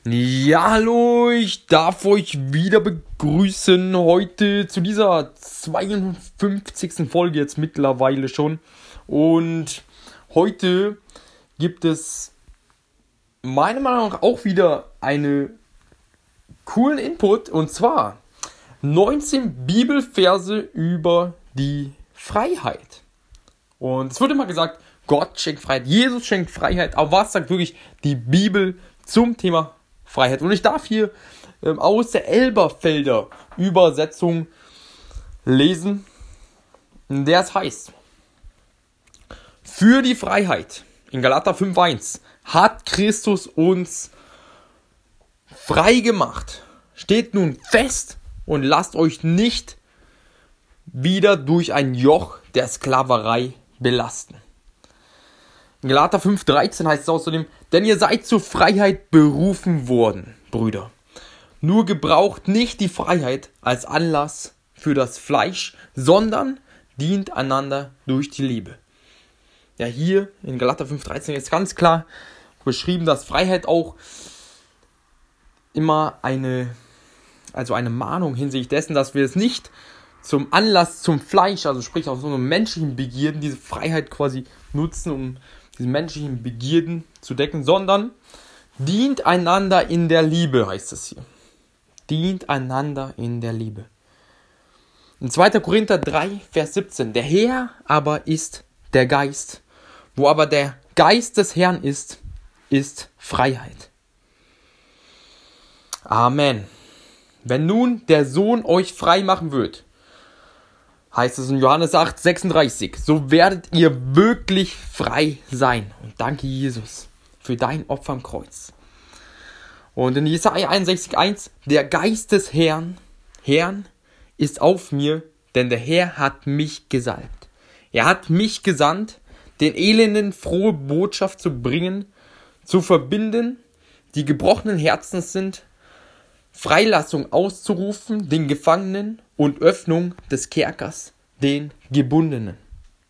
Ja, hallo, ich darf euch wieder begrüßen heute zu dieser 52. Folge jetzt mittlerweile schon. Und heute gibt es meiner Meinung nach auch wieder einen coolen Input. Und zwar 19 Bibelverse über die Freiheit. Und es wird immer gesagt, Gott schenkt Freiheit, Jesus schenkt Freiheit. Aber was sagt wirklich die Bibel zum Thema Freiheit? Und ich darf hier aus der Elberfelder Übersetzung lesen, in der es heißt: Für die Freiheit, in Galater 5,1, hat Christus uns frei gemacht. Steht nun fest und lasst euch nicht wieder durch ein Joch der Sklaverei belasten. In Galater 5,13 heißt es außerdem: Denn ihr seid zur Freiheit berufen worden, Brüder. Nur gebraucht nicht die Freiheit als Anlass für das Fleisch, sondern dient einander durch die Liebe. Ja, hier in Galater 5,13 ist ganz klar beschrieben, dass Freiheit auch immer eine Mahnung hinsichtlich dessen, dass wir es nicht zum Anlass zum Fleisch, also sprich aus so einem menschlichen Begierden, diese Freiheit quasi nutzen, um diese menschlichen Begierden zu decken, sondern dient einander in der Liebe, heißt es hier. Dient einander in der Liebe. In 2. Korinther 3, Vers 17. Der Herr aber ist der Geist. Wo aber der Geist des Herrn ist, ist Freiheit. Amen. Wenn nun der Sohn euch frei machen wird, heißt es in Johannes 8, 36, so werdet ihr wirklich frei sein. Und danke, Jesus, für dein Opfer am Kreuz. Und in Jesaja 61, 1, der Geist des Herrn ist auf mir, denn der Herr hat mich gesalbt. Er hat mich gesandt, den Elenden frohe Botschaft zu bringen, zu verbinden, die gebrochenen Herzens sind, Freilassung auszurufen, den Gefangenen, und Öffnung des Kerkers, den Gebundenen.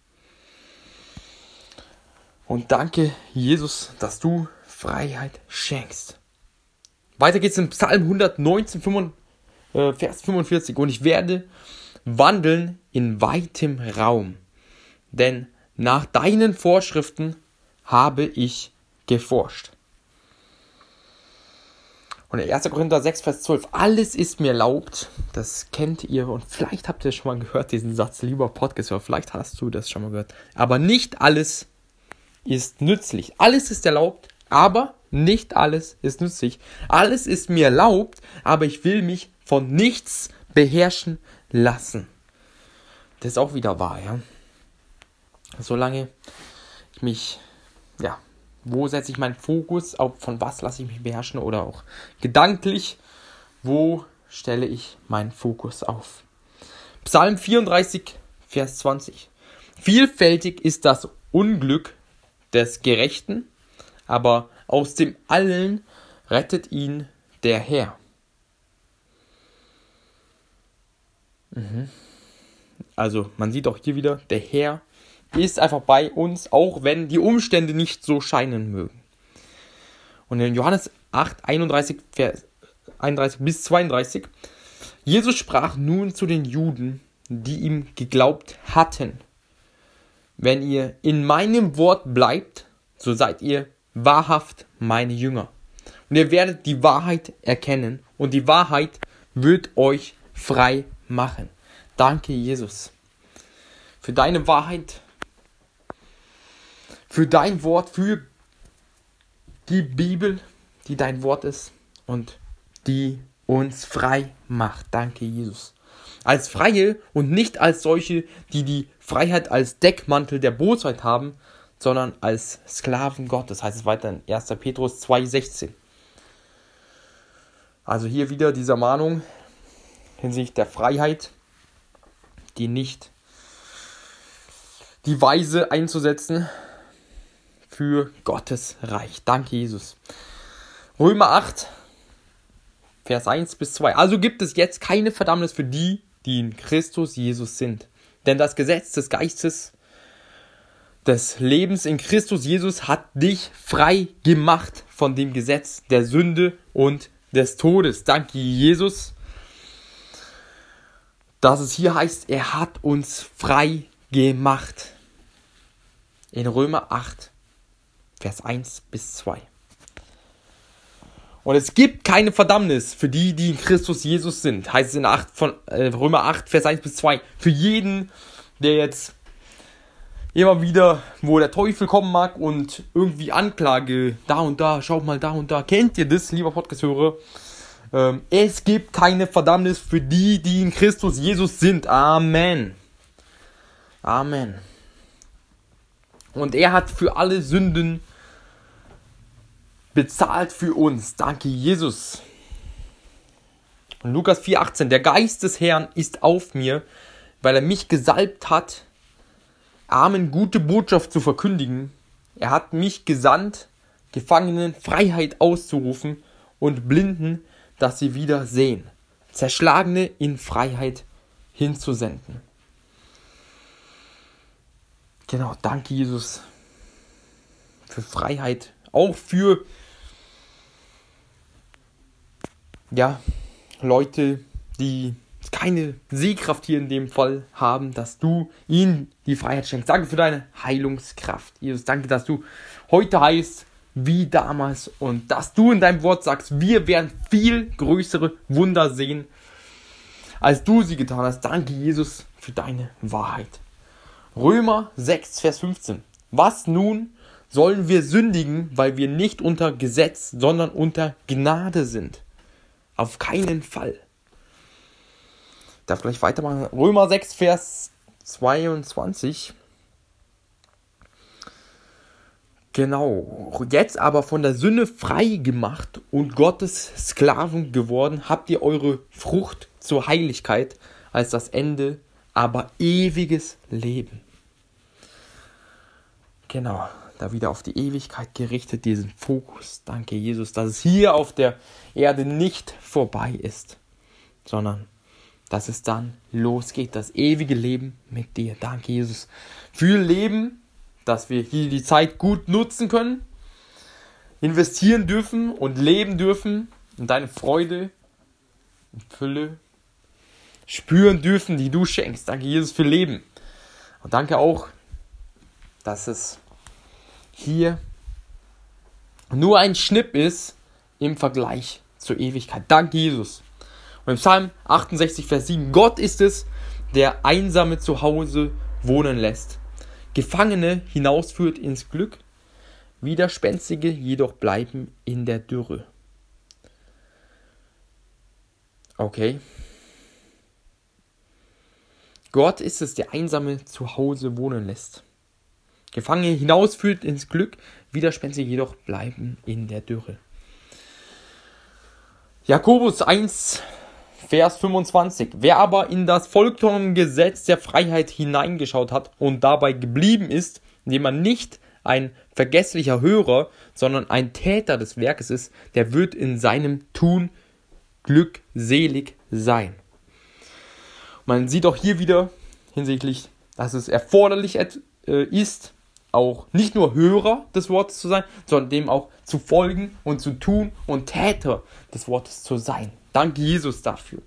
Und danke, Jesus, dass du Freiheit schenkst. Weiter geht's in Psalm 119, Vers 45. Und ich werde wandeln in weitem Raum, denn nach deinen Vorschriften habe ich geforscht. Und in 1. Korinther 6, Vers 12. Alles ist mir erlaubt. Das kennt ihr und vielleicht habt ihr schon mal gehört, diesen Satz, lieber Podcast, oder vielleicht hast du das schon mal gehört. Aber nicht alles ist nützlich. Alles ist erlaubt, aber nicht alles ist nützlich. Alles ist mir erlaubt, aber ich will mich von nichts beherrschen lassen. Das ist auch wieder wahr, ja. Solange ich mich, wo setze ich meinen Fokus, auf von was lasse ich mich beherrschen, oder auch gedanklich, wo stelle ich meinen Fokus auf. Psalm 34, Vers 20. Vielfältig ist das Unglück des Gerechten, aber aus dem Allen rettet ihn der Herr. Also man sieht auch hier wieder, der Herr ist einfach bei uns, auch wenn die Umstände nicht so scheinen mögen. Und in Johannes 8, 31, Vers 31 bis 32, Jesus sprach nun zu den Juden, die ihm geglaubt hatten: Wenn ihr in meinem Wort bleibt, so seid ihr wahrhaft meine Jünger. Und ihr werdet die Wahrheit erkennen, und die Wahrheit wird euch frei machen. Danke, Jesus, für deine Wahrheit, für dein Wort, für die Bibel, die dein Wort ist und die uns frei macht. Danke, Jesus. Als Freie und nicht als solche, die die Freiheit als Deckmantel der Bosheit haben, sondern als Sklaven Gottes. Heißt es weiter in 1. Petrus 2,16. Also hier wieder diese Mahnung hinsichtlich der Freiheit, die nicht die Weise einzusetzen für Gottes Reich. Danke, Jesus. Römer 8, Vers 1 bis 2. Also gibt es jetzt keine Verdammnis für die, die in Christus Jesus sind. Denn das Gesetz des Geistes des Lebens in Christus Jesus hat dich frei gemacht von dem Gesetz der Sünde und des Todes. Danke, Jesus, dass es hier heißt, er hat uns frei gemacht. In Römer 8, Vers 1 bis 2. Und es gibt keine Verdammnis für die, die in Christus Jesus sind. Heißt es in Römer 8, Vers 1 bis 2. Für jeden, der jetzt immer wieder, wo der Teufel kommen mag und irgendwie Anklage, da und da, schaut mal da und da. Kennt ihr das, lieber Podcast-Hörer? Es gibt keine Verdammnis für die, die in Christus Jesus sind. Amen. Amen. Und er hat für alle Sünden bezahlt für uns. Danke, Jesus. Und Lukas 4,18. Der Geist des Herrn ist auf mir, weil er mich gesalbt hat, Armen gute Botschaft zu verkündigen. Er hat mich gesandt, Gefangenen Freiheit auszurufen und Blinden, dass sie wieder sehen. Zerschlagene in Freiheit hinzusenden. Genau, danke Jesus für Freiheit. Auch für Leute, die keine Sehkraft hier in dem Fall haben, dass du ihnen die Freiheit schenkst. Danke für deine Heilungskraft. Jesus, danke, dass du heute heilst wie damals und dass du in deinem Wort sagst, wir werden viel größere Wunder sehen, als du sie getan hast. Danke, Jesus, für deine Wahrheit. Römer 6, Vers 15. Was nun sollen wir sündigen, weil wir nicht unter Gesetz, sondern unter Gnade sind? Auf keinen Fall. Ich darf gleich weitermachen. Römer 6, Vers 22. Genau. Jetzt aber von der Sünde frei gemacht und Gottes Sklaven geworden, habt ihr eure Frucht zur Heiligkeit als das Ende, aber ewiges Leben. Genau. Da wieder auf die Ewigkeit gerichtet, diesen Fokus. Danke, Jesus, dass es hier auf der Erde nicht vorbei ist, sondern dass es dann losgeht, das ewige Leben mit dir. Danke, Jesus, für Leben, dass wir hier die Zeit gut nutzen können, investieren dürfen und leben dürfen und deine Freude und Fülle spüren dürfen, die du schenkst. Danke, Jesus, für Leben. Und danke auch, dass es hier nur ein Schnipp ist im Vergleich zur Ewigkeit. Danke, Jesus. Und im Psalm 68, Vers 7. Gott ist es, der Einsame zu Hause wohnen lässt, Gefangene hinausführt ins Glück, Widerspenstige jedoch bleiben in der Dürre. Okay. Gott ist es, der Einsame zu Hause wohnen lässt, Gefangene hinausführt ins Glück, Widerspenstige jedoch bleiben in der Dürre. Jakobus 1, Vers 25. Wer aber in das vollkommene Gesetz der Freiheit hineingeschaut hat und dabei geblieben ist, indem man nicht ein vergesslicher Hörer, sondern ein Täter des Werkes ist, der wird in seinem Tun glückselig sein. Man sieht auch hier wieder hinsichtlich, dass es erforderlich ist, auch nicht nur Hörer des Wortes zu sein, sondern dem auch zu folgen und zu tun und Täter des Wortes zu sein. Danke, Jesus, dafür.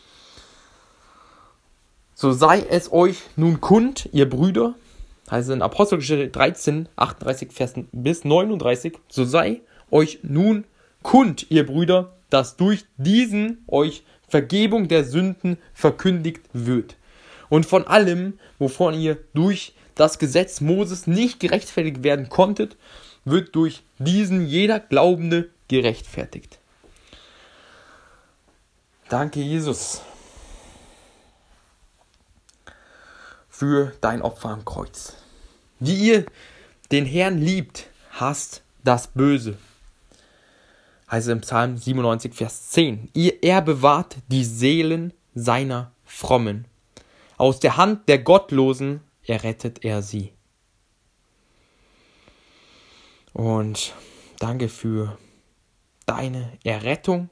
So sei es euch nun kund, ihr Brüder, heißt in Apostelgeschichte 13, 38 Vers bis 39, so sei euch nun kund, ihr Brüder, dass durch diesen euch Vergebung der Sünden verkündigt wird. Und von allem, wovon ihr durch das Gesetz Moses nicht gerechtfertigt werden konntet, wird durch diesen jeder Glaubende gerechtfertigt. Danke, Jesus, für dein Opfer am Kreuz. Wie ihr den Herrn liebt, hasst das Böse. Heißt im Psalm 97, Vers 10. Er bewahrt die Seelen seiner Frommen. Aus der Hand der Gottlosen errettet er sie. Und danke für deine Errettung.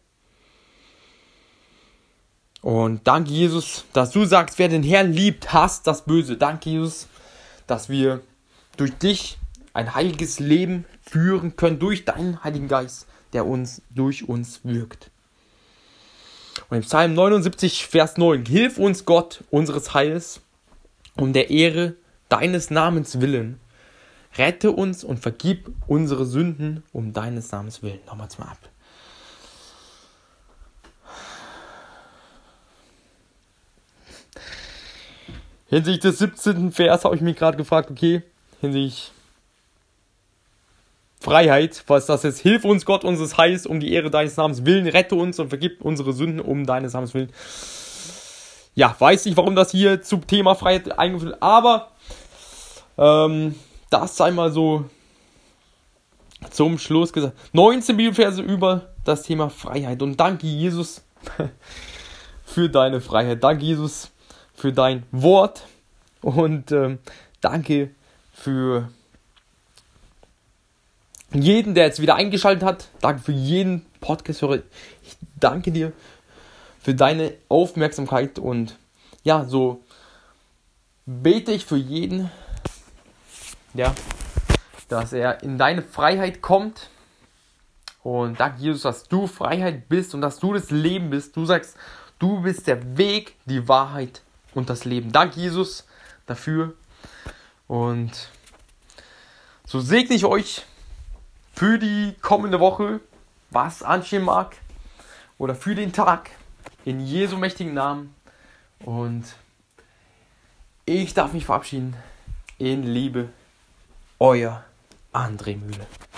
Und danke, Jesus, dass du sagst, wer den Herrn liebt, hasst das Böse. Danke, Jesus, dass wir durch dich ein heiliges Leben führen können durch deinen Heiligen Geist, der durch uns wirkt. Und im Psalm 79, Vers 9, hilf uns Gott unseres Heils, um der Ehre deines Namens willen. Rette uns und vergib unsere Sünden um deines Namens willen. Nochmals mal ab. Hinsichtlich des 17. Vers habe ich mich gerade gefragt, okay, hinsichtlich Freiheit, was das ist. Hilf uns Gott unseres Heils um die Ehre deines Namens willen. Rette uns und vergib unsere Sünden um deines Namens willen. Ja, weiß nicht, warum das hier zum Thema Freiheit eingeführt wird, aber das sei mal so zum Schluss gesagt. 19 Bibelverse über das Thema Freiheit. Und danke Jesus für deine Freiheit. Danke Jesus für dein Wort. Und danke für jeden, der jetzt wieder eingeschaltet hat. Danke für jeden Podcast-Hörer. Ich danke dir für deine Aufmerksamkeit. Und ja, so bete ich für jeden, ja, dass er in deine Freiheit kommt. Und danke Jesus, dass du Freiheit bist und dass du das Leben bist. Du sagst, du bist der Weg, die Wahrheit und das Leben. Danke Jesus dafür. Und so segne ich euch für die kommende Woche, was anstehen mag, oder für den Tag, in Jesu mächtigen Namen. Und ich darf mich verabschieden. In Liebe, euer André Mühle.